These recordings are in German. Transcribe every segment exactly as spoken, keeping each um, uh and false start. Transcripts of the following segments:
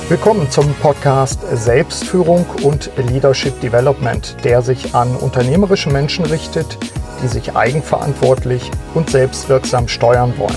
Willkommen zum Podcast Selbstführung und Leadership Development, der sich an unternehmerische Menschen richtet, die sich eigenverantwortlich und selbstwirksam steuern wollen.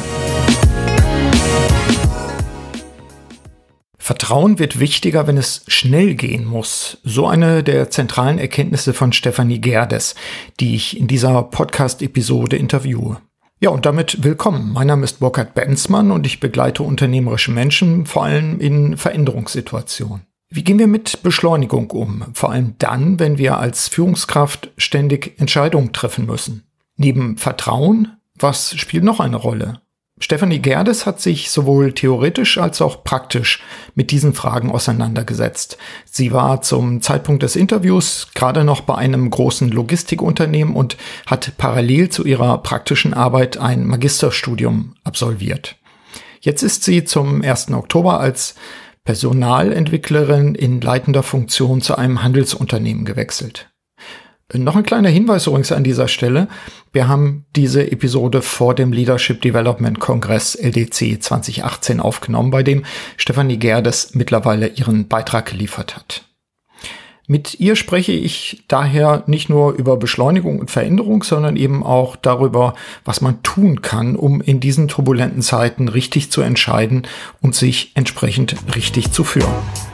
Vertrauen wird wichtiger, wenn es schnell gehen muss. So eine der zentralen Erkenntnisse von Stefanie Gerdes, die ich in dieser Podcast-Episode interviewe. Ja, und damit willkommen. Mein Name ist Burkhard Benzmann und ich begleite unternehmerische Menschen, vor allem in Veränderungssituationen. Wie gehen wir mit Beschleunigung um? Vor allem dann, wenn wir als Führungskraft ständig Entscheidungen treffen müssen. Neben Vertrauen, was spielt noch eine Rolle? Stefanie Gerdes hat sich sowohl theoretisch als auch praktisch mit diesen Fragen auseinandergesetzt. Sie war zum Zeitpunkt des Interviews gerade noch bei einem großen Logistikunternehmen und hat parallel zu ihrer praktischen Arbeit ein Magisterstudium absolviert. Jetzt ist sie zum ersten Oktober als Personalentwicklerin in leitender Funktion zu einem Handelsunternehmen gewechselt. Noch ein kleiner Hinweis übrigens an dieser Stelle. Wir haben diese Episode vor dem Leadership Development Kongress L D C zwanzig achtzehn aufgenommen, bei dem Stefanie Gerdes mittlerweile ihren Beitrag geliefert hat. Mit ihr spreche ich daher nicht nur über Beschleunigung und Veränderung, sondern eben auch darüber, was man tun kann, um in diesen turbulenten Zeiten richtig zu entscheiden und sich entsprechend richtig zu führen.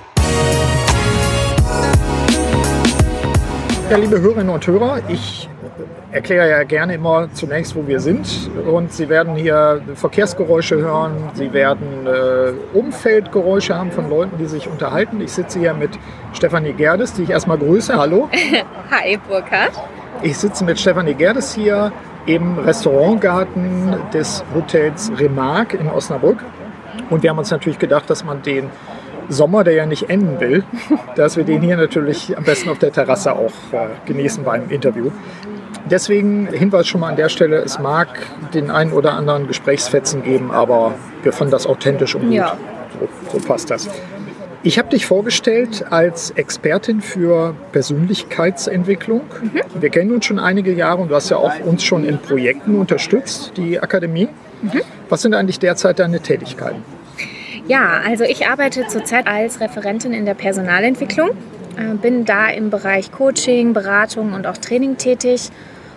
Ja, liebe Hörerinnen und Hörer, ich erkläre ja gerne immer zunächst, wo wir sind. Und Sie werden hier Verkehrsgeräusche hören, Sie werden äh, Umfeldgeräusche haben von Leuten, die sich unterhalten. Ich sitze hier mit Stefanie Gerdes, die ich erstmal grüße. Hallo. Hi, Burkhard. Ich sitze mit Stefanie Gerdes hier im Restaurantgarten des Hotels Remarque in Osnabrück. Und wir haben uns natürlich gedacht, dass man den Sommer, der ja nicht enden will, dass wir den hier natürlich am besten auf der Terrasse auch äh, genießen beim Interview. Deswegen Hinweis schon mal an der Stelle, es mag den einen oder anderen Gesprächsfetzen geben, aber wir fanden das authentisch und gut. Ja. So, so passt das. Ich habe dich vorgestellt als Expertin für Persönlichkeitsentwicklung. Mhm. Wir kennen uns schon einige Jahre und du hast ja auch uns schon in Projekten unterstützt, die Akademie. Mhm. Was sind eigentlich derzeit deine Tätigkeiten? Ja, also ich arbeite zurzeit als Referentin in der Personalentwicklung, bin da im Bereich Coaching, Beratung und auch Training tätig.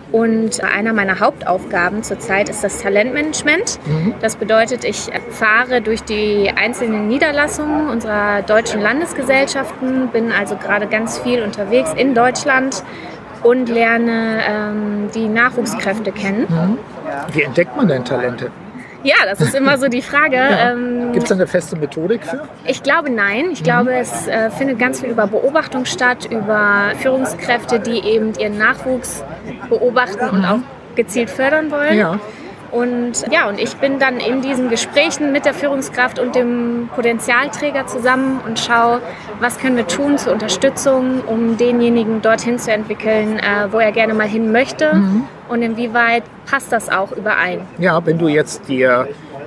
Und einer meiner Hauptaufgaben zurzeit ist das Talentmanagement. Mhm. Das bedeutet, ich fahre durch die einzelnen Niederlassungen unserer deutschen Landesgesellschaften, bin also gerade ganz viel unterwegs in Deutschland und lerne ähm, die Nachwuchskräfte kennen. Mhm. Wie entdeckt man denn Talente? Ja, das ist immer so die Frage. Ja. Ähm, Gibt es eine feste Methodik für? Ich glaube, nein. Ich mhm. glaube, es äh, findet ganz viel über Beobachtung statt, über Führungskräfte, die eben ihren Nachwuchs beobachten mhm. und auch gezielt fördern wollen. Ja. Und ja, und ich bin dann in diesen Gesprächen mit der Führungskraft und dem Potenzialträger zusammen und schaue, was können wir tun zur Unterstützung, um denjenigen dorthin zu entwickeln, äh, wo er gerne mal hin möchte mhm. und inwieweit passt das auch überein. Ja, wenn du jetzt dir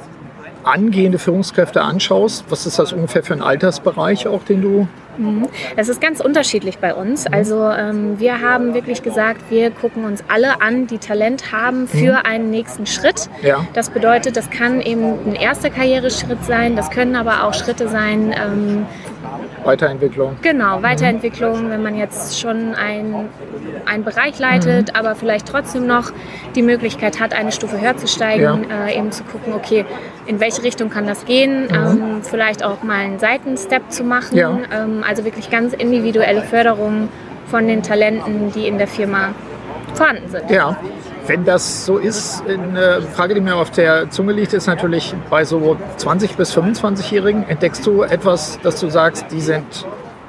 angehende Führungskräfte anschaust, was ist das ungefähr für ein Altersbereich auch, den du... Es ist ganz unterschiedlich bei uns. Also ähm, wir haben wirklich gesagt, wir gucken uns alle an, die Talent haben für mhm. einen nächsten Schritt. Ja. Das bedeutet, das kann eben ein erster Karriereschritt sein, das können aber auch Schritte sein. Ähm, Weiterentwicklung. Genau, Weiterentwicklung, wenn man jetzt schon ein, einen Bereich leitet, mhm. aber vielleicht trotzdem noch die Möglichkeit hat, eine Stufe höher zu steigen, ja. äh, eben zu gucken, okay, in welche Richtung kann das gehen, mhm. ähm, vielleicht auch mal einen Seitenstep zu machen, ja. ähm, also wirklich ganz individuelle Förderung von den Talenten, die in der Firma vorhanden sind. Ja. Wenn das so ist, eine Frage, die mir auf der Zunge liegt, ist natürlich bei so zwanzig- bis fünfundzwanzigjährigen, entdeckst du etwas, dass du sagst, die sind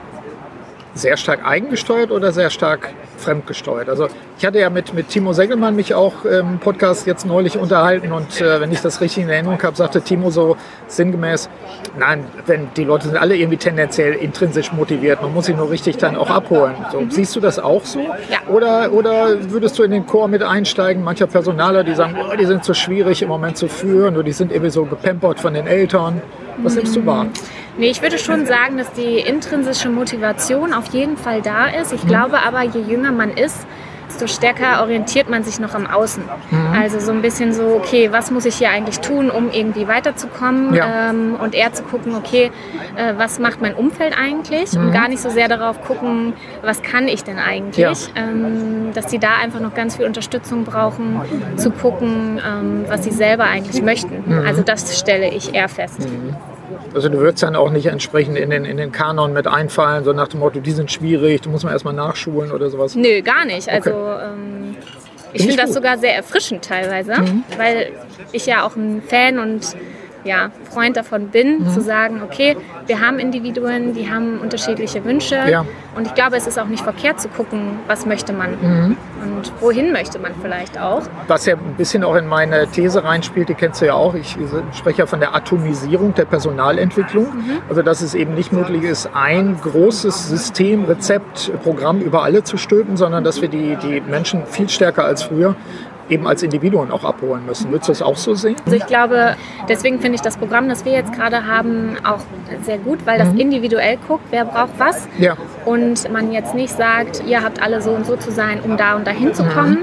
sehr stark eigengesteuert oder sehr stark fremdgesteuert? Also ich hatte ja mit, mit Timo Segelmann mich auch im Podcast jetzt neulich unterhalten und äh, wenn ich das richtig in Erinnerung habe, sagte Timo so sinngemäß, nein, wenn die Leute sind alle irgendwie tendenziell intrinsisch motiviert, man muss sie nur richtig dann auch abholen. So, mhm. Siehst du das auch so? Ja. Oder, oder würdest du in den Chor mit einsteigen, mancher Personaler, die sagen, oh, die sind so schwierig im Moment zu führen oder die sind irgendwie so gepampert von den Eltern. Was nimmst du wahr? Nee, ich würde schon sagen, dass die intrinsische Motivation auf jeden Fall da ist. Ich glaube aber, je jünger man ist, desto stärker orientiert man sich noch am Außen. Mhm. Also so ein bisschen so, okay, was muss ich hier eigentlich tun, um irgendwie weiterzukommen? Ja. Ähm, und eher zu gucken, okay, äh, was macht mein Umfeld eigentlich? Mhm. Und gar nicht so sehr darauf gucken, was kann ich denn eigentlich? Ja. Ähm, dass sie da einfach noch ganz viel Unterstützung brauchen, zu gucken, ähm, was sie selber eigentlich möchten. Mhm. Also das stelle ich eher fest. Mhm. Also du würdest dann auch nicht entsprechend in den, in den Kanon mit einfallen, so nach dem Motto, die sind schwierig, du musst mal erstmal nachschulen oder sowas? Nö, gar nicht. Also Okay. ähm, ich Find ich finde das gut. sogar sehr erfrischend teilweise, Mhm. weil ich ja auch ein Fan und ja, Freund davon bin, Mhm. zu sagen, okay, wir haben Individuen, die haben unterschiedliche Wünsche Ja. und ich glaube, es ist auch nicht verkehrt zu gucken, was möchte man Mhm. und wohin möchte man vielleicht auch. Was ja ein bisschen auch in meine These reinspielt, die kennst du ja auch. Ich spreche ja von der Atomisierung der Personalentwicklung. Mhm. Also dass es eben nicht möglich ist, ein großes System, Rezept, Programm über alle zu stülpen, sondern dass wir die, die Menschen viel stärker als früher eben als Individuen auch abholen müssen. Würdest du das auch so sehen? Also ich glaube, deswegen finde ich das Programm, das wir jetzt gerade haben, auch sehr gut, weil das Mhm. individuell guckt, wer braucht was. Ja. Und man jetzt nicht sagt, ihr habt alle so und so zu sein, um da und dahin zu kommen.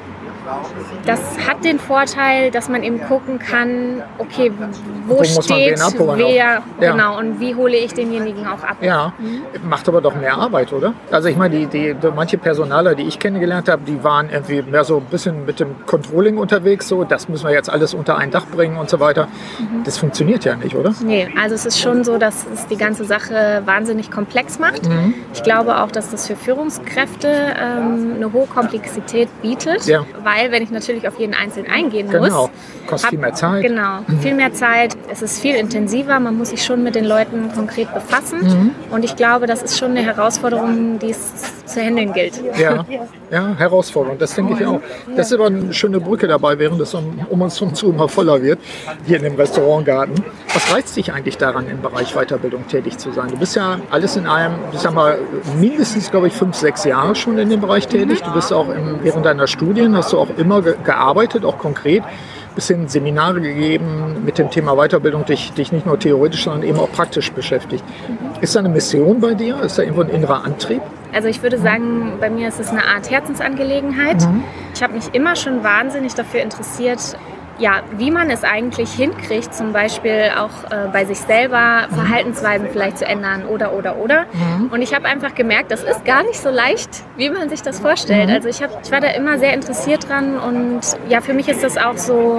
Das hat den Vorteil, dass man eben gucken kann, okay, wo, Wo muss man steht wen abholen wer, auch? Ja. genau, und wie hole ich denjenigen auch ab. Ja, macht aber doch mehr Arbeit, oder? Also ich meine, die, die, manche Personaler, die ich kennengelernt habe, die waren irgendwie mehr so ein bisschen mit dem Controlling unterwegs, so, das müssen wir jetzt alles unter ein Dach bringen und so weiter. Das funktioniert ja nicht, oder? Nee, also es ist schon so, dass es die ganze Sache wahnsinnig komplex macht. Mhm. Ich glaube auch, dass das für Führungskräfte ähm, eine hohe Komplexität bietet, Ja. weil wenn ich natürlich auf jeden Einzelnen eingehen Genau, muss, kostet hab- viel mehr Zeit. Genau, viel mehr Zeit. Es ist viel intensiver. Man muss sich schon mit den Leuten konkret befassen. Mhm. Und ich glaube, das ist schon eine Herausforderung, die es zu handeln gilt. Ja, ja, Herausforderung, das denke ich auch. Das ist aber eine schöne Brücke dabei, während es um, um uns herum zu immer voller wird, hier in dem Restaurantgarten. Was reizt dich eigentlich daran, im Bereich Weiterbildung tätig zu sein? Du bist ja alles in allem, ich sag mal, mindestens, glaube ich, fünf, sechs Jahre schon in dem Bereich tätig. Du bist auch im, während deiner Studien, hast du auch immer ge gearbeitet, auch konkret. Bisschen Seminare gegeben mit dem Thema Weiterbildung, dich, dich nicht nur theoretisch, sondern eben auch praktisch beschäftigt. Ist da eine Mission bei dir? Ist da irgendwo ein innerer Antrieb? Also ich würde sagen, bei mir ist es eine Art Herzensangelegenheit. Ich habe mich immer schon wahnsinnig dafür interessiert, ja, wie man es eigentlich hinkriegt, zum Beispiel auch äh, bei sich selber Verhaltensweisen vielleicht zu ändern oder, oder, oder. Mhm. Und ich habe einfach gemerkt, das ist gar nicht so leicht, wie man sich das vorstellt. Mhm. Also ich, hab, ich war da immer sehr interessiert dran und ja, für mich ist das auch so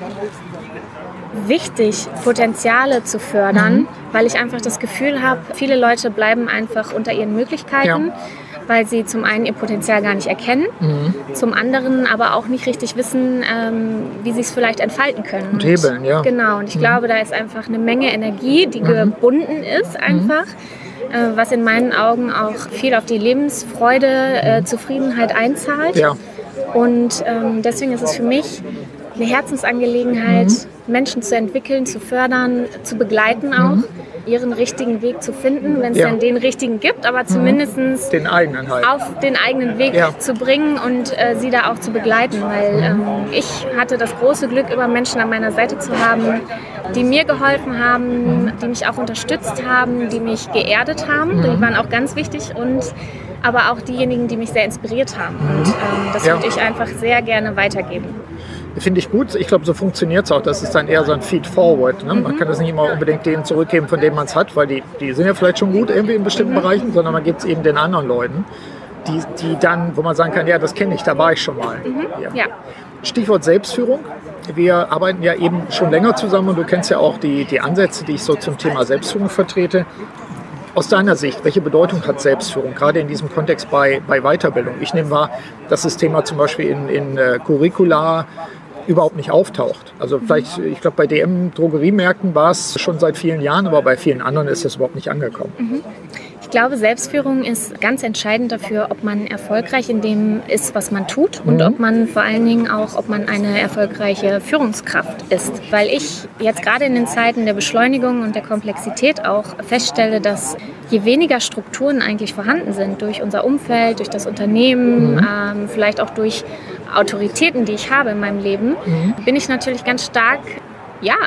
wichtig, Potenziale zu fördern, Mhm. weil ich einfach das Gefühl habe, viele Leute bleiben einfach unter ihren Möglichkeiten, Ja. weil sie zum einen ihr Potenzial gar nicht erkennen, Mhm. zum anderen aber auch nicht richtig wissen, ähm, wie sie es vielleicht entfalten können. Und hebeln, ja. Genau, und ich glaube, da ist einfach eine Menge Energie, die gebunden ist einfach, äh, was in meinen Augen auch viel auf die Lebensfreude, äh, Zufriedenheit einzahlt. Ja. Und ähm, deswegen ist es für mich eine Herzensangelegenheit, Mhm. Menschen zu entwickeln, zu fördern, zu begleiten auch, ihren richtigen Weg zu finden, wenn es Ja. dann den richtigen gibt, aber zumindest Den eigenen halt. auf den eigenen Weg Ja. zu bringen und äh, sie da auch zu begleiten, weil ähm, ich hatte das große Glück, immer Menschen an meiner Seite zu haben, die mir geholfen haben, die mich auch unterstützt haben, die mich geerdet haben, die waren auch ganz wichtig und aber auch diejenigen, die mich sehr inspiriert haben und ähm, das Ja. würde ich einfach sehr gerne weitergeben. Finde ich gut. Ich glaube, so funktioniert es auch. Das ist dann eher so ein Feed-Forward. Ne? Man kann das nicht immer unbedingt denen zurückgeben, von denen man es hat, weil die, die sind ja vielleicht schon gut irgendwie in bestimmten Bereichen, sondern man gibt es eben den anderen Leuten, die, die dann, wo man sagen kann, ja, das kenne ich, da war ich schon mal. Ja. Stichwort Selbstführung. Wir arbeiten ja eben schon länger zusammen und du kennst ja auch die, die Ansätze, die ich so zum Thema Selbstführung vertrete. Aus deiner Sicht, welche Bedeutung hat Selbstführung, gerade in diesem Kontext bei, bei Weiterbildung? Ich nehme wahr, dass das Thema zum Beispiel in, in äh, Curricula überhaupt nicht auftaucht. Also vielleicht, ich glaube, bei D M-Drogeriemärkten war es schon seit vielen Jahren, aber bei vielen anderen ist das überhaupt nicht angekommen. Ich glaube, Selbstführung ist ganz entscheidend dafür, ob man erfolgreich in dem ist, was man tut und ob man vor allen Dingen auch, ob man eine erfolgreiche Führungskraft ist. Weil ich jetzt gerade in den Zeiten der Beschleunigung und der Komplexität auch feststelle, dass je weniger Strukturen eigentlich vorhanden sind durch unser Umfeld, durch das Unternehmen, ähm, vielleicht auch durch Autoritäten, die ich habe in meinem Leben, bin ich natürlich ganz stark, ja,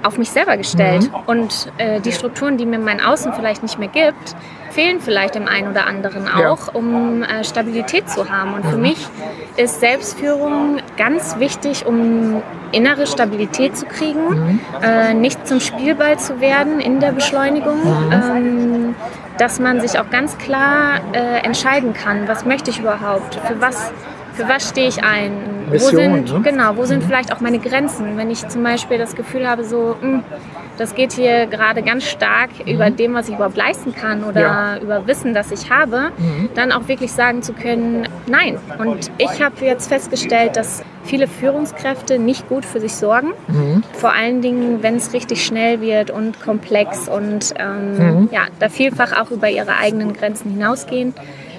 auf mich selber gestellt. Mhm. Und äh, die Strukturen, die mir mein Außen vielleicht nicht mehr gibt, fehlen vielleicht dem einen oder anderen auch, ja. um äh, Stabilität zu haben. Und für mhm. mich ist Selbstführung ganz wichtig, um innere Stabilität zu kriegen, mhm. äh, nicht zum Spielball zu werden in der Beschleunigung, mhm. ähm, dass man sich auch ganz klar äh, entscheiden kann, was möchte ich überhaupt, für was Für was stehe ich ein? Mission, wo sind, ne? Genau, wo sind mhm. vielleicht auch meine Grenzen? Wenn ich zum Beispiel das Gefühl habe, so, mh, das geht hier gerade ganz stark mhm. über dem, was ich überhaupt leisten kann oder ja. über Wissen, das ich habe, mhm. dann auch wirklich sagen zu können, nein. Und ich habe jetzt festgestellt, dass viele Führungskräfte nicht gut für sich sorgen. Mhm. Vor allen Dingen, wenn es richtig schnell wird und komplex und ähm, mhm. ja, da vielfach auch über ihre eigenen Grenzen hinausgehen.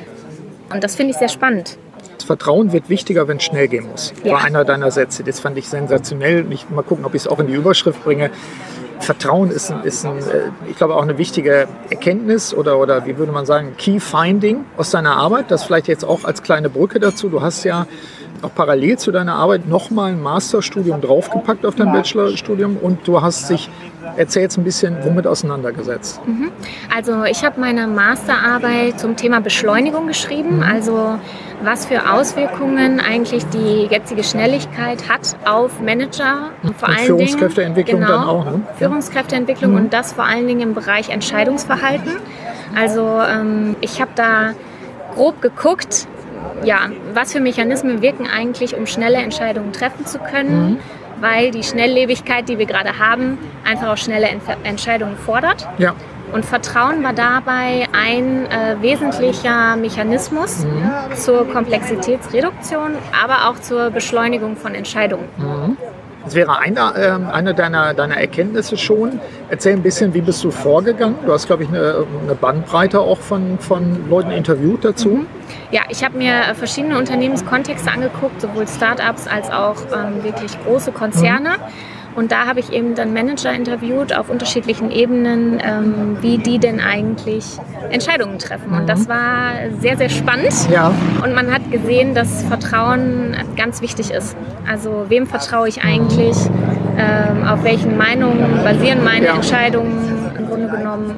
Und das finde ich sehr spannend. Das Vertrauen wird wichtiger, wenn es schnell gehen muss. Ja. War einer deiner Sätze. Das fand ich sensationell. Ich mal gucken, ob ich es auch in die Überschrift bringe. Vertrauen ist, ein, ist ein, ich glaube, auch eine wichtige Erkenntnis oder, oder wie würde man sagen, Key Finding aus deiner Arbeit. Das vielleicht jetzt auch als kleine Brücke dazu. Du hast ja auch parallel zu deiner Arbeit nochmal ein Masterstudium draufgepackt auf dein Bachelorstudium und du hast dich, erzähl jetzt ein bisschen, womit auseinandergesetzt. Also ich habe meine Masterarbeit zum Thema Beschleunigung geschrieben, mhm. also was für Auswirkungen eigentlich die jetzige Schnelligkeit hat auf Manager und vor und allen Führungskräfteentwicklung Dingen, genau, dann auch. Ne? Führungskräfteentwicklung mhm. und das vor allen Dingen im Bereich Entscheidungsverhalten. Also ähm, ich habe da grob geguckt, ja, was für Mechanismen wirken eigentlich, um schnelle Entscheidungen treffen zu können, mhm. weil die Schnelllebigkeit, die wir gerade haben, einfach auch schnelle Entf- Entscheidungen fordert. Ja. Und Vertrauen war dabei ein äh, wesentlicher Mechanismus mhm. zur Komplexitätsreduktion, aber auch zur Beschleunigung von Entscheidungen. Mhm. Das wäre eine, äh, eine deiner, deiner Erkenntnisse schon. Erzähl ein bisschen, wie bist du vorgegangen? Du hast, glaube ich, eine, eine Bandbreite auch von, von Leuten interviewt dazu. Mhm. Ja, ich habe mir verschiedene Unternehmenskontexte angeguckt, sowohl Startups als auch ähm, wirklich große Konzerne. Mhm. Und da habe ich eben dann Manager interviewt auf unterschiedlichen Ebenen, ähm, wie die denn eigentlich Entscheidungen treffen. Und das war sehr, sehr spannend. Ja. Und man hat gesehen, dass Vertrauen ganz wichtig ist. Also wem vertraue ich eigentlich? Ähm, auf welchen Meinungen basieren meine ja. Entscheidungen im Grunde genommen?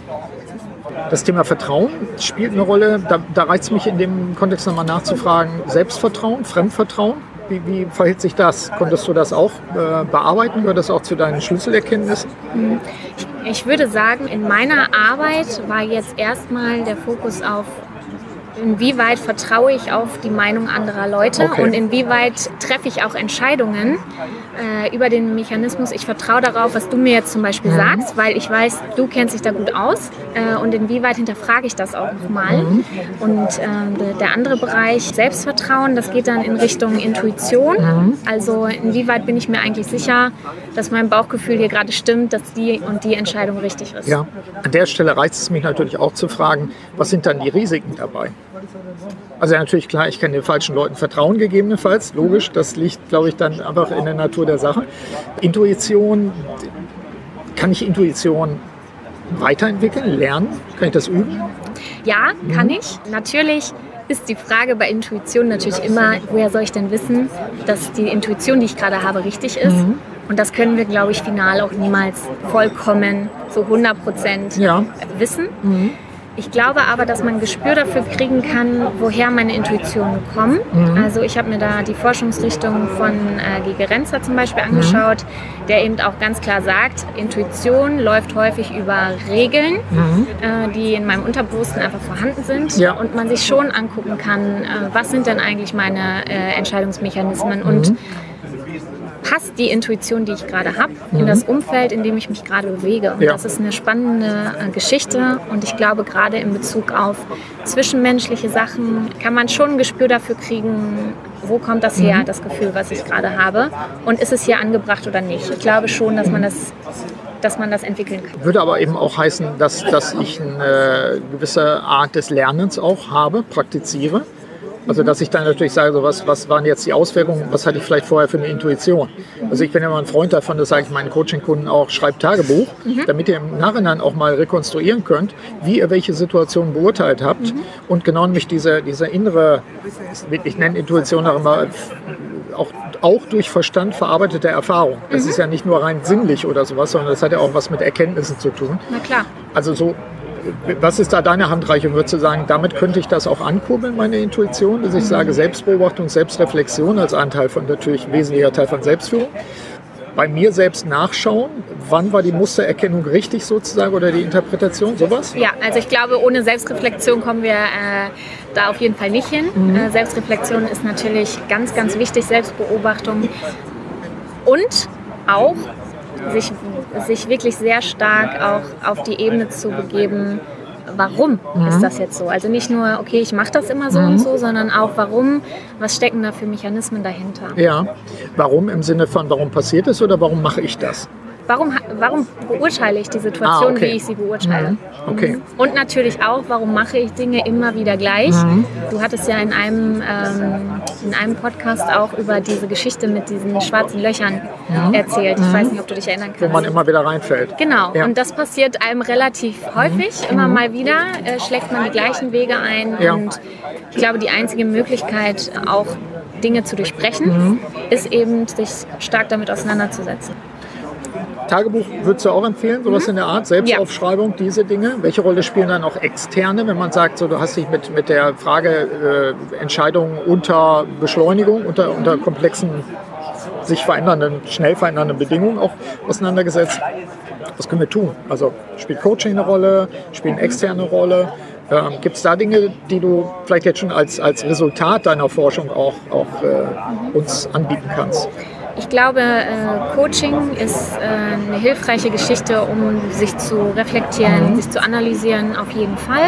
Das Thema Vertrauen spielt eine Rolle. Da, da reizt es mich in dem Kontext nochmal nachzufragen. Selbstvertrauen, Fremdvertrauen. Wie, wie verhält sich das? Konntest du das auch äh, bearbeiten? Gehört das auch zu deinen Schlüsselerkenntnissen? Ich, ich würde sagen, in meiner Arbeit war jetzt erstmal der Fokus auf, inwieweit vertraue ich auf die Meinung anderer Leute okay. und inwieweit treffe ich auch Entscheidungen äh, über den Mechanismus. Ich vertraue darauf, was du mir jetzt zum Beispiel mhm. sagst, weil ich weiß, du kennst dich da gut aus äh, und inwieweit hinterfrage ich das auch nochmal. Mhm. Und äh, der andere Bereich, Selbstvertrauen, das geht dann in Richtung Intuition. Mhm. Also inwieweit bin ich mir eigentlich sicher, dass mein Bauchgefühl hier gerade stimmt, dass die und die Entscheidung richtig ist. Ja, an der Stelle reizt es mich natürlich auch zu fragen, was sind dann die Risiken dabei? Also natürlich klar, ich kann den falschen Leuten vertrauen gegebenenfalls, logisch, das liegt, glaube ich, dann einfach in der Natur der Sache. Intuition, kann ich Intuition weiterentwickeln, lernen? Kann ich das üben? Ja, kann mhm. ich. Natürlich ist die Frage bei Intuition natürlich immer, woher soll ich denn wissen, dass die Intuition, die ich gerade habe, richtig ist? Mhm. Und das können wir, glaube ich, final auch niemals vollkommen so hundert Prozent ja. wissen. Mhm. Ich glaube aber, dass man ein Gespür dafür kriegen kann, woher meine Intuitionen kommen. Mhm. Also ich habe mir da die Forschungsrichtung von äh, Gege Renzer zum Beispiel angeschaut, mhm. der eben auch ganz klar sagt, Intuition läuft häufig über Regeln, mhm. äh, die in meinem Unterbewussten einfach vorhanden sind ja. und man sich schon angucken kann, äh, was sind denn eigentlich meine äh, Entscheidungsmechanismen mhm. und passt die Intuition, die ich gerade habe, mhm. in das Umfeld, in dem ich mich gerade bewege. Und ja. das ist eine spannende äh, Geschichte. Und ich glaube, gerade in Bezug auf zwischenmenschliche Sachen kann man schon ein Gespür dafür kriegen, wo kommt das her, mhm. das Gefühl, was ich gerade habe. Und ist es hier angebracht oder nicht? Ich glaube schon, dass man das, dass man das entwickeln kann. Würde aber eben auch heißen, dass, dass ich eine gewisse Art des Lernens auch habe, praktiziere. Also dass ich dann natürlich sage, so was, was waren jetzt die Auswirkungen, was hatte ich vielleicht vorher für eine Intuition. Also ich bin immer ein Freund davon, das sage ich meinen Coaching-Kunden auch, schreibt Tagebuch, mhm. damit ihr im Nachhinein auch mal rekonstruieren könnt, wie ihr welche Situationen beurteilt habt. Mhm. Und genau nämlich diese, diese innere, ich nenne Intuition auch immer, auch, auch durch Verstand verarbeitete Erfahrung. Das mhm. ist ja nicht nur rein sinnlich oder sowas, sondern das hat ja auch was mit Erkenntnissen zu tun. Na klar. Also so, was ist da deine Handreichung? Würdest du sagen, damit könnte ich das auch ankurbeln, meine Intuition, dass ich mhm. sage, Selbstbeobachtung, Selbstreflexion als Anteil von, natürlich wesentlicher Teil von Selbstführung. Bei mir selbst nachschauen, wann war die Mustererkennung richtig sozusagen oder die Interpretation, sowas? Ja, also ich glaube, ohne Selbstreflexion kommen wir äh, da auf jeden Fall nicht hin. Mhm. Äh, Selbstreflexion ist natürlich ganz, ganz wichtig, Selbstbeobachtung und auch sich, sich wirklich sehr stark auch auf die Ebene zu begeben, warum mhm. ist das jetzt so? Also nicht nur, okay, ich mache das immer so mhm. und so, sondern auch warum, was stecken da für Mechanismen dahinter? Ja, warum im Sinne von, warum passiert es oder warum mache ich das? Warum, warum beurteile ich die Situation, ah, okay. wie ich sie beurteile? Mhm. Okay. Und natürlich auch, warum mache ich Dinge immer wieder gleich? Mhm. Du hattest ja in einem, ähm, in einem Podcast auch über diese Geschichte mit diesen schwarzen Löchern mhm. erzählt. Ich mhm. weiß nicht, ob du dich erinnern kannst. Wo man immer wieder reinfällt. Genau. Ja. Und das passiert einem relativ häufig. Mhm. Immer mal wieder äh, schlägt man die gleichen Wege ein. Ja. Und ich glaube, die einzige Möglichkeit, auch Dinge zu durchbrechen, mhm. ist eben, sich stark damit auseinanderzusetzen. Tagebuch würdest du auch empfehlen, sowas mhm. in der Art, Selbstaufschreibung, ja. diese Dinge? Welche Rolle spielen dann auch Externe, wenn man sagt, so, du hast dich mit, mit der Frage äh, Entscheidungen unter Beschleunigung, unter, unter komplexen, sich verändernden, schnell verändernden Bedingungen auch auseinandergesetzt? Was können wir tun? Also spielt Coaching eine Rolle, spielen Externe eine Rolle? Ähm, Gibt es da Dinge, die du vielleicht jetzt schon als, als Resultat deiner Forschung auch, auch äh, uns anbieten kannst? Ich glaube, äh, Coaching ist äh, eine hilfreiche Geschichte, um sich zu reflektieren, mhm. sich zu analysieren, auf jeden Fall.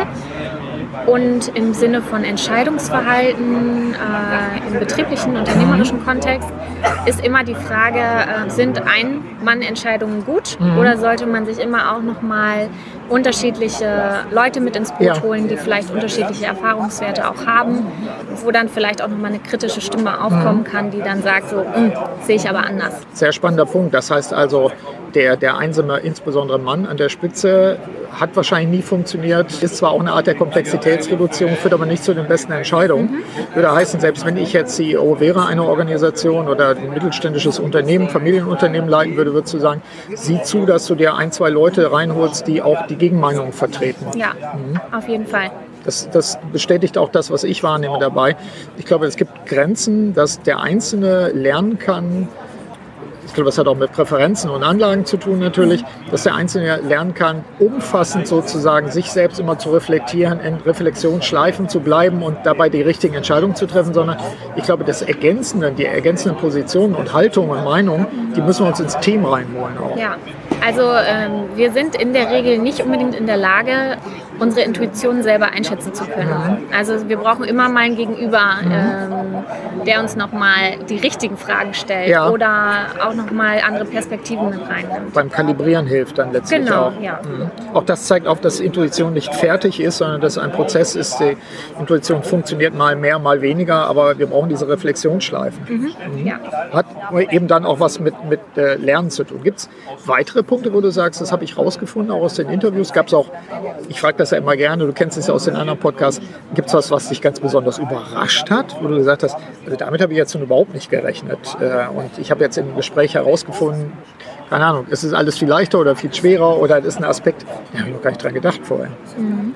Und im Sinne von Entscheidungsverhalten äh, im betrieblichen, unternehmerischen Kontext ist immer die Frage, äh, sind Ein-Mann-Entscheidungen gut mhm. oder sollte man sich immer auch nochmal unterschiedliche Leute mit ins Boot ja. holen, die vielleicht unterschiedliche Erfahrungswerte auch haben, wo dann vielleicht auch nochmal eine kritische Stimme aufkommen kann, die dann sagt, so, sehe ich aber anders. Sehr spannender Punkt. Das heißt also, der, der einsame, insbesondere Mann an der Spitze, hat wahrscheinlich nie funktioniert, ist zwar auch eine Art der Komplexitätsreduzierung, führt aber nicht zu den besten Entscheidungen. Mhm. Würde heißen, selbst wenn ich jetzt C E O wäre einer Organisation oder ein mittelständisches Unternehmen, Familienunternehmen leiten würde, würdest du sagen, sieh zu, dass du dir ein, zwei Leute reinholst, die auch die Gegenmeinung vertreten. Ja, mhm. auf jeden Fall. Das, das bestätigt auch das, was ich wahrnehme dabei. Ich glaube, es gibt Grenzen, dass der Einzelne lernen kann. Ich glaube, das hat auch mit Präferenzen und Anlagen zu tun natürlich, dass der Einzelne lernen kann, umfassend sozusagen sich selbst immer zu reflektieren, in Reflexionsschleifen zu bleiben und dabei die richtigen Entscheidungen zu treffen, sondern ich glaube, das Ergänzende, die ergänzenden Positionen und Haltungen und Meinungen, die müssen wir uns ins Team reinholen auch. Ja, also ähm, wir sind in der Regel nicht unbedingt in der Lage, unsere Intuition selber einschätzen zu können. Also wir brauchen immer mal einen Gegenüber, ähm, der uns nochmal die richtigen Fragen stellt ja. oder auch nochmal andere Perspektiven mit reinnimmt. Beim Kalibrieren hilft dann letztlich genau, auch. Ja. Mhm. Auch das zeigt auf, dass Intuition nicht fertig ist, sondern dass ein Prozess ist. Die Intuition funktioniert mal mehr, mal weniger, aber wir brauchen diese Reflexionsschleifen. Mhm. Mhm. Ja. Hat eben dann auch was mit, mit äh, Lernen zu tun. Gibt es weitere Punkte, wo du sagst, das habe ich rausgefunden, auch aus den Interviews? Gab es auch, ich frage das ja immer gerne, du kennst es ja aus den anderen Podcasts, gibt es was, was dich ganz besonders überrascht hat, wo du gesagt hast, also damit habe ich jetzt überhaupt nicht gerechnet. Und ich habe jetzt im Gespräch herausgefunden, keine Ahnung, ist es alles viel leichter oder viel schwerer oder ist ein Aspekt, da habe ich noch gar nicht dran gedacht vorher. Mhm.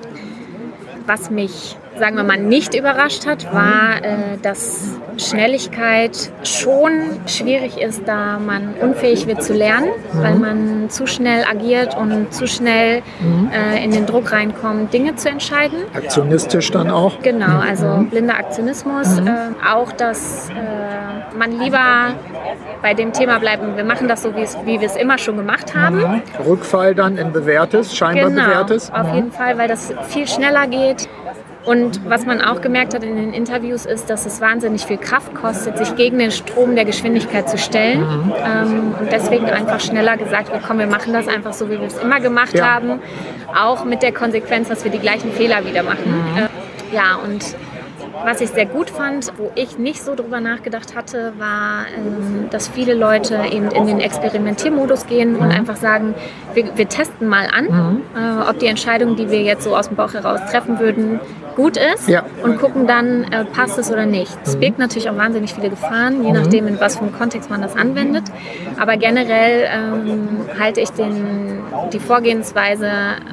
Was mich, sagen wir mal, nicht überrascht hat, war, äh, dass Schnelligkeit schon schwierig ist, da man unfähig wird zu lernen, mhm. weil man zu schnell agiert und zu schnell mhm. äh, in den Druck reinkommt, Dinge zu entscheiden. Aktionistisch dann auch? Genau, also mhm. blinder Aktionismus. Mhm. Äh, auch, dass äh, man lieber bei dem Thema bleiben, wir machen das so, wie wir es immer schon gemacht haben. Mhm. Rückfall dann in Bewährtes, scheinbar genau, Bewährtes. Auf mhm. jeden Fall, weil das viel schneller geht. Und was man auch gemerkt hat in den Interviews ist, dass es wahnsinnig viel Kraft kostet, sich gegen den Strom der Geschwindigkeit zu stellen. Mhm. Ähm, und deswegen einfach schneller gesagt wird, komm, wir machen das einfach so, wie wir es immer gemacht ja. haben. Auch mit der Konsequenz, dass wir die gleichen Fehler wieder machen. Mhm. Äh, ja, und Was ich sehr gut fand, wo ich nicht so drüber nachgedacht hatte, war, ähm, dass viele Leute eben in den Experimentiermodus gehen und einfach sagen, wir, wir testen mal an, mhm. äh, ob die Entscheidung, die wir jetzt so aus dem Bauch heraus treffen würden, gut ist ja. und gucken dann, äh, passt es oder nicht. Es birgt natürlich auch wahnsinnig viele Gefahren, je mhm. nachdem, in was für einem Kontext man das anwendet. Aber generell ähm, halte ich den, die Vorgehensweise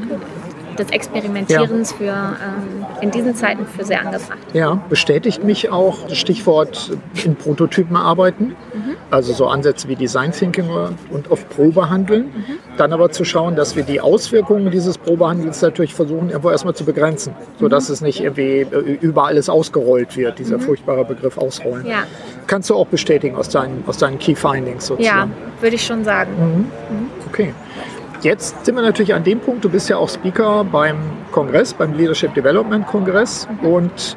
des Experimentierens ja. für, ähm, in diesen Zeiten für sehr angebracht. Ja, bestätigt mich auch das Stichwort in Prototypen arbeiten, mhm. also so Ansätze wie Design Thinking und auf Probe handeln. Mhm. Dann aber zu schauen, dass wir die Auswirkungen dieses Probehandels natürlich versuchen, irgendwo erstmal zu begrenzen, sodass mhm. es nicht irgendwie über alles ausgerollt wird, dieser mhm. furchtbare Begriff ausrollen. Ja. Kannst du auch bestätigen aus deinen, aus deinen Key Findings sozusagen? Ja, würde ich schon sagen. Mhm. Mhm. Okay. Jetzt sind wir natürlich an dem Punkt, du bist ja auch Speaker beim Kongress, beim Leadership Development Kongress und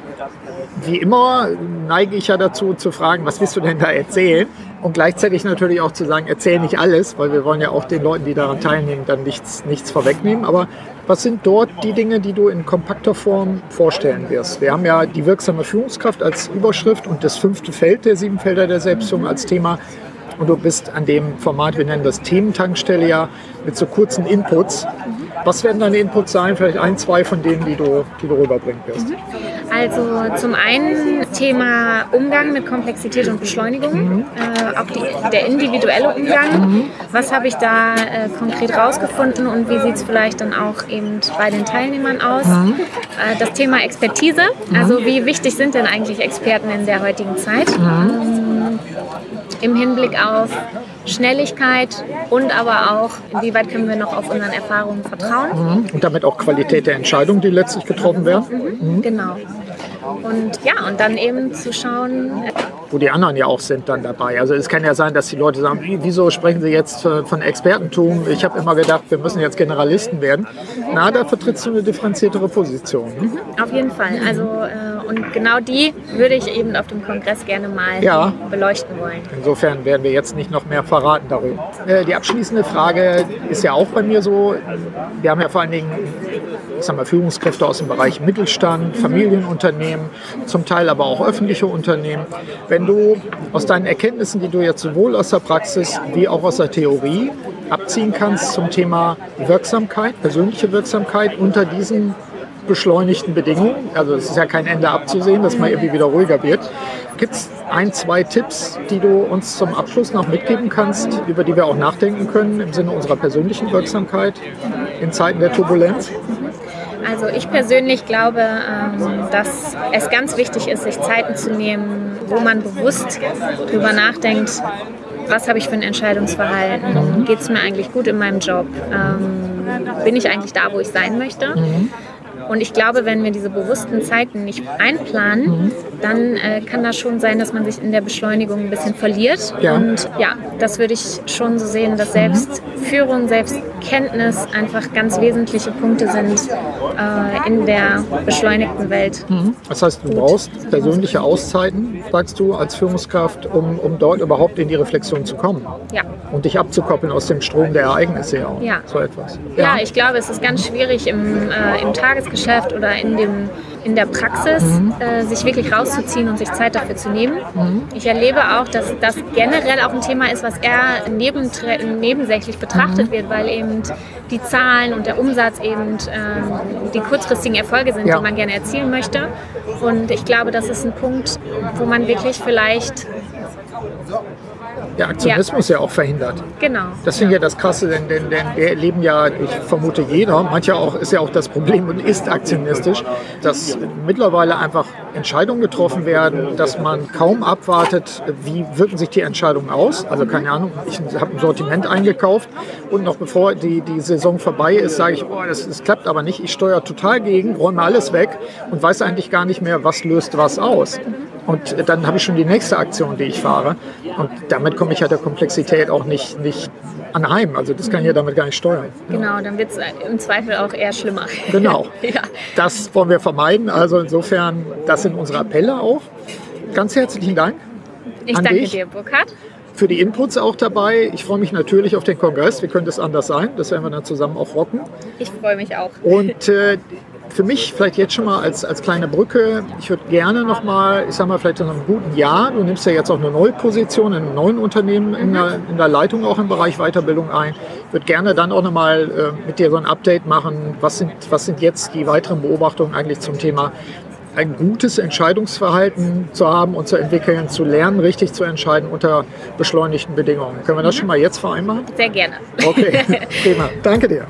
wie immer neige ich ja dazu zu fragen, was willst du denn da erzählen? Und gleichzeitig natürlich auch zu sagen, erzähl nicht alles, weil wir wollen ja auch den Leuten, die daran teilnehmen, dann nichts, nichts vorwegnehmen. Aber was sind dort die Dinge, die du in kompakter Form vorstellen wirst? Wir haben ja die wirksame Führungskraft als Überschrift und das fünfte Feld der sieben Felder der Selbstführung als Thema. Und du bist an dem Format, wir nennen das Thementankstelle ja, mit so kurzen Inputs. Was werden deine Inputs sein? Vielleicht ein, zwei von denen, die du, die du rüberbringen wirst. Also zum einen Thema Umgang mit Komplexität und Beschleunigung, mhm. äh, auch die, der individuelle Umgang. Mhm. Was habe ich da äh, konkret rausgefunden und wie sieht es vielleicht dann auch eben bei den Teilnehmern aus? Mhm. Äh, das Thema Expertise, mhm. also wie wichtig sind denn eigentlich Experten in der heutigen Zeit? Mhm. Ähm, Im Hinblick auf Schnelligkeit und aber auch, inwieweit können wir noch auf unseren Erfahrungen vertrauen. Mhm. Und damit auch Qualität der Entscheidungen, die letztlich getroffen werden. Mhm. Mhm. Genau. Und ja, und dann eben zu schauen, wo die anderen ja auch sind dann dabei. Also es kann ja sein, dass die Leute sagen, wieso sprechen Sie jetzt von Expertentum? Ich habe immer gedacht, wir müssen jetzt Generalisten werden. Na, da vertrittst du eine differenziertere Position. Ne? Mhm, auf jeden Fall. Also äh, und genau die würde ich eben auf dem Kongress gerne mal ja. beleuchten wollen. Insofern werden wir jetzt nicht noch mehr verraten darüber. Äh, die abschließende Frage ist ja auch bei mir so, wir haben ja vor allen Dingen, ich sag mal, Führungskräfte aus dem Bereich Mittelstand, Familienunternehmen, zum Teil aber auch öffentliche Unternehmen. Wenn du aus deinen Erkenntnissen, die du jetzt sowohl aus der Praxis wie auch aus der Theorie abziehen kannst zum Thema Wirksamkeit, persönliche Wirksamkeit unter diesen beschleunigten Bedingungen, also es ist ja kein Ende abzusehen, dass man irgendwie wieder ruhiger wird. Gibt es ein, zwei Tipps, die du uns zum Abschluss noch mitgeben kannst, über die wir auch nachdenken können im Sinne unserer persönlichen Wirksamkeit in Zeiten der Turbulenz? Also ich persönlich glaube, dass es ganz wichtig ist, sich Zeiten zu nehmen, wo man bewusst darüber nachdenkt, was habe ich für ein Entscheidungsverhalten, geht es mir eigentlich gut in meinem Job, bin ich eigentlich da, wo ich sein möchte. Und ich glaube, wenn wir diese bewussten Zeiten nicht einplanen, mhm. dann äh, kann das schon sein, dass man sich in der Beschleunigung ein bisschen verliert. Ja. Und ja, das würde ich schon so sehen, dass Selbstführung, Selbstkenntnis einfach ganz wesentliche Punkte sind äh, in der beschleunigten Welt. Mhm. Das heißt, du Gut. brauchst persönliche Auszeiten, sagst du, als Führungskraft, um, um dort überhaupt in die Reflexion zu kommen. Ja. Und dich abzukoppeln aus dem Strom der Ereignisse auch. Ja. So etwas. Ja. ja, ich glaube, es ist ganz schwierig im, äh, im Tagesgeschäft oder in, dem, in der Praxis, mhm. äh, sich wirklich rauszuziehen und sich Zeit dafür zu nehmen. Mhm. Ich erlebe auch, dass das generell auch ein Thema ist, was eher nebensächlich betrachtet mhm. wird, weil eben die Zahlen und der Umsatz eben äh, die kurzfristigen Erfolge sind, ja. die man gerne erzielen möchte. Und ich glaube, das ist ein Punkt, wo man wirklich vielleicht der Aktionismus ja. ja auch verhindert. Genau. Das finde ich ja das Krasse, denn, denn, denn wir erleben ja, ich vermute jeder, mancher auch ist ja auch das Problem und ist aktionistisch, dass mittlerweile einfach Entscheidungen getroffen werden, dass man kaum abwartet, wie wirken sich die Entscheidungen aus. Also keine Ahnung, ich habe ein Sortiment eingekauft und noch bevor die, die Saison vorbei ist, sage ich, oh, das, das klappt aber nicht, ich steuere total gegen, räume alles weg und weiß eigentlich gar nicht mehr, was löst was aus. Und dann habe ich schon die nächste Aktion, die ich fahre. Und damit komme ich ja der Komplexität auch nicht, nicht anheim. Also das kann ich ja damit gar nicht steuern. Genau, dann wird es im Zweifel auch eher schlimmer. Genau, ja. Das wollen wir vermeiden. Also insofern, das sind unsere Appelle auch. Ganz herzlichen Dank. Ich an danke dich. dir, Burkhard. Für die Inputs auch dabei. Ich freue mich natürlich auf den Kongress. Wie könnte es anders sein? Das werden wir dann zusammen auch rocken. Ich freue mich auch. Und äh, für mich vielleicht jetzt schon mal als, als kleine Brücke, ich würde gerne noch mal, ich sag mal vielleicht in einem guten Jahr, du nimmst ja jetzt auch eine neue Position in einem neuen Unternehmen in der, in der Leitung auch im Bereich Weiterbildung ein. Ich würde gerne dann auch noch mal äh, mit dir so ein Update machen, was sind, was sind jetzt die weiteren Beobachtungen eigentlich zum Thema ein gutes Entscheidungsverhalten zu haben und zu entwickeln, zu lernen, richtig zu entscheiden unter beschleunigten Bedingungen. Können wir das mhm. schon mal jetzt vereinbaren? Sehr gerne. Okay, prima. Danke dir.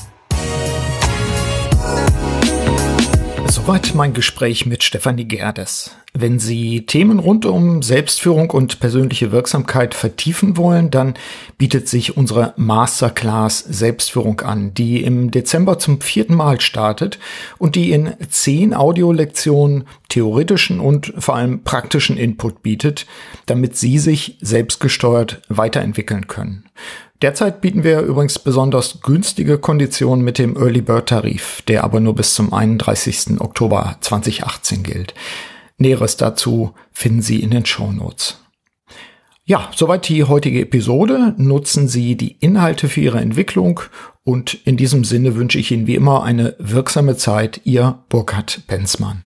Soweit mein Gespräch mit Stefanie Gerdes. Wenn Sie Themen rund um Selbstführung und persönliche Wirksamkeit vertiefen wollen, dann bietet sich unsere Masterclass Selbstführung an, die im Dezember zum vierten Mal startet und die in zehn Audiolektionen theoretischen und vor allem praktischen Input bietet, damit Sie sich selbstgesteuert weiterentwickeln können. Derzeit bieten wir übrigens besonders günstige Konditionen mit dem Early Bird Tarif, der aber nur bis zum einunddreißigsten Oktober zweitausendachtzehn gilt. Näheres dazu finden Sie in den Shownotes. Ja, soweit die heutige Episode. Nutzen Sie die Inhalte für Ihre Entwicklung und in diesem Sinne wünsche ich Ihnen wie immer eine wirksame Zeit. Ihr Burkhard Benzmann.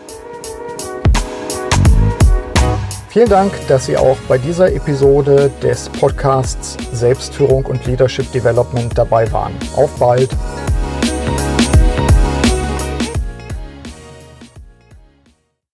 Vielen Dank, dass Sie auch bei dieser Episode des Podcasts Selbstführung und Leadership Development dabei waren. Auf bald!